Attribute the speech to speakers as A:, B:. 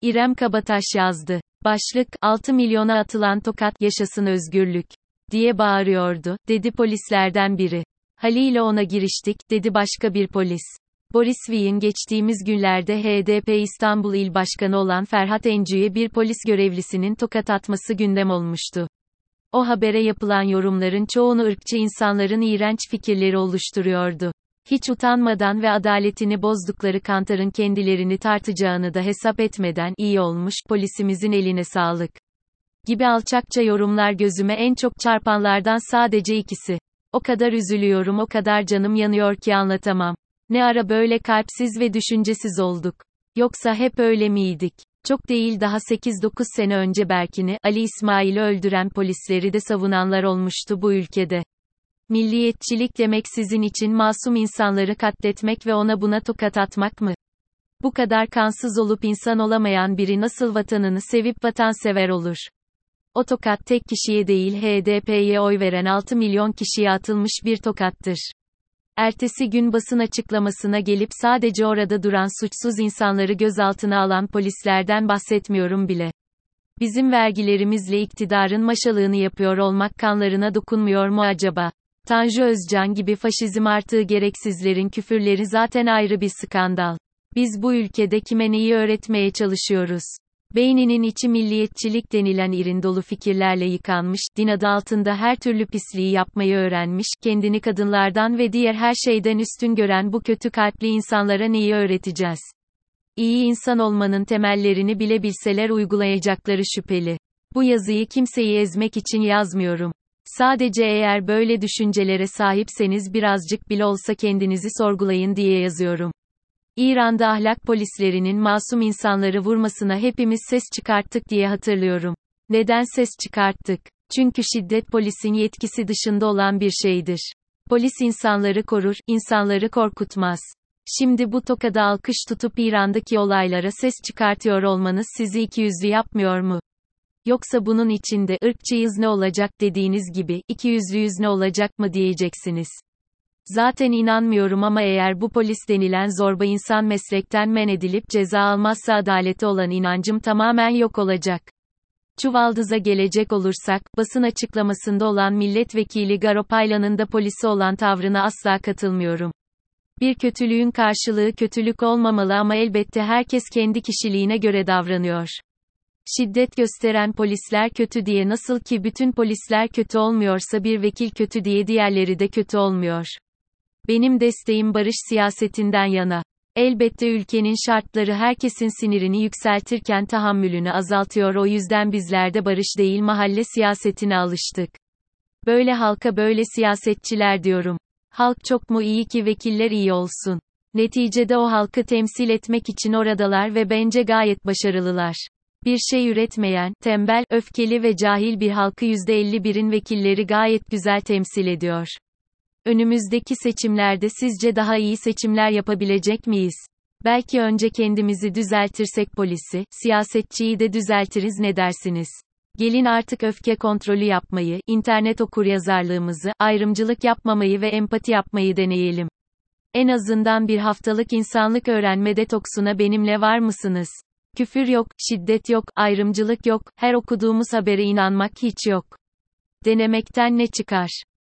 A: İrem Kabataş yazdı. Başlık, 6 milyona atılan tokat, yaşasın özgürlük, diye bağırıyordu, dedi polislerden biri. Haliyle ona giriştik, dedi başka bir polis. Boris Vian geçtiğimiz günlerde HDP İstanbul İl Başkanı olan Ferhat Encü'ye bir polis görevlisinin tokat atması gündem olmuştu. O habere yapılan yorumların çoğunu ırkçı insanların iğrenç fikirleri oluşturuyordu. Hiç utanmadan ve adaletini bozdukları kantarın kendilerini tartacağını da hesap etmeden, iyi olmuş, polisimizin eline sağlık, gibi alçakça yorumlar gözüme en çok çarpanlardan sadece ikisi. O kadar üzülüyorum, o kadar canım yanıyor ki anlatamam. Ne ara böyle kalpsiz ve düşüncesiz olduk? Yoksa hep öyle miydik? Çok değil, daha 8-9 sene önce Berkin'i, Ali İsmail'i öldüren polisleri de savunanlar olmuştu bu ülkede. Milliyetçilik demek sizin için masum insanları katletmek ve ona buna tokat atmak mı? Bu kadar kansız olup insan olamayan biri nasıl vatanını sevip vatansever olur? O tokat tek kişiye değil, HDP'ye oy veren 6 milyon kişiye atılmış bir tokattır. Ertesi gün basın açıklamasına gelip sadece orada duran suçsuz insanları gözaltına alan polislerden bahsetmiyorum bile. Bizim vergilerimizle iktidarın maşalığını yapıyor olmak kanlarına dokunmuyor mu acaba? Tanju Özcan gibi faşizm artığı gereksizlerin küfürleri zaten ayrı bir skandal. Biz bu ülkede kime neyi öğretmeye çalışıyoruz? Beyninin içi milliyetçilik denilen irin dolu fikirlerle yıkanmış, din adı altında her türlü pisliği yapmayı öğrenmiş, kendini kadınlardan ve diğer her şeyden üstün gören bu kötü kalpli insanlara neyi öğreteceğiz? İyi insan olmanın temellerini bile bilseler uygulayacakları şüpheli. Bu yazıyı kimseyi ezmek için yazmıyorum. Sadece eğer böyle düşüncelere sahipseniz birazcık bile olsa kendinizi sorgulayın diye yazıyorum. İran'da ahlak polislerinin masum insanları vurmasına hepimiz ses çıkarttık diye hatırlıyorum. Neden ses çıkarttık? Çünkü şiddet polisin yetkisi dışında olan bir şeydir. Polis insanları korur, insanları korkutmaz. Şimdi bu tokada alkış tutup İran'daki olaylara ses çıkartıyor olmanız sizi ikiyüzlü yapmıyor mu? Yoksa bunun içinde ırkçıyız ne olacak dediğiniz gibi, ikiyüzlüyüz ne olacak mı diyeceksiniz. Zaten inanmıyorum ama eğer bu polis denilen zorba insan meslekten men edilip ceza almazsa adalete olan inancım tamamen yok olacak. Çuvaldız'a gelecek olursak, basın açıklamasında olan milletvekili Garo Paylan'ın da polise olan tavrına asla katılmıyorum. Bir kötülüğün karşılığı kötülük olmamalı ama elbette herkes kendi kişiliğine göre davranıyor. Şiddet gösteren polisler kötü diye nasıl ki bütün polisler kötü olmuyorsa bir vekil kötü diye diğerleri de kötü olmuyor. Benim desteğim barış siyasetinden yana. Elbette ülkenin şartları herkesin sinirini yükseltirken tahammülünü azaltıyor, o yüzden bizler de barış değil mahalle siyasetine alıştık. Böyle halka böyle siyasetçiler diyorum. Halk çok mu iyi ki vekiller iyi olsun? Neticede o halkı temsil etmek için oradalar ve bence gayet başarılılar. Bir şey üretmeyen, tembel, öfkeli ve cahil bir halkı %51'in vekilleri gayet güzel temsil ediyor. Önümüzdeki seçimlerde sizce daha iyi seçimler yapabilecek miyiz? Belki önce kendimizi düzeltirsek polisi, siyasetçiyi de düzeltiriz, ne dersiniz? Gelin artık öfke kontrolü yapmayı, internet okuryazarlığımızı, ayrımcılık yapmamayı ve empati yapmayı deneyelim. En azından bir haftalık insanlık öğrenme detoksuna benimle var mısınız? Küfür yok, şiddet yok, ayrımcılık yok, her okuduğumuz habere inanmak hiç yok. Denemekten ne çıkar?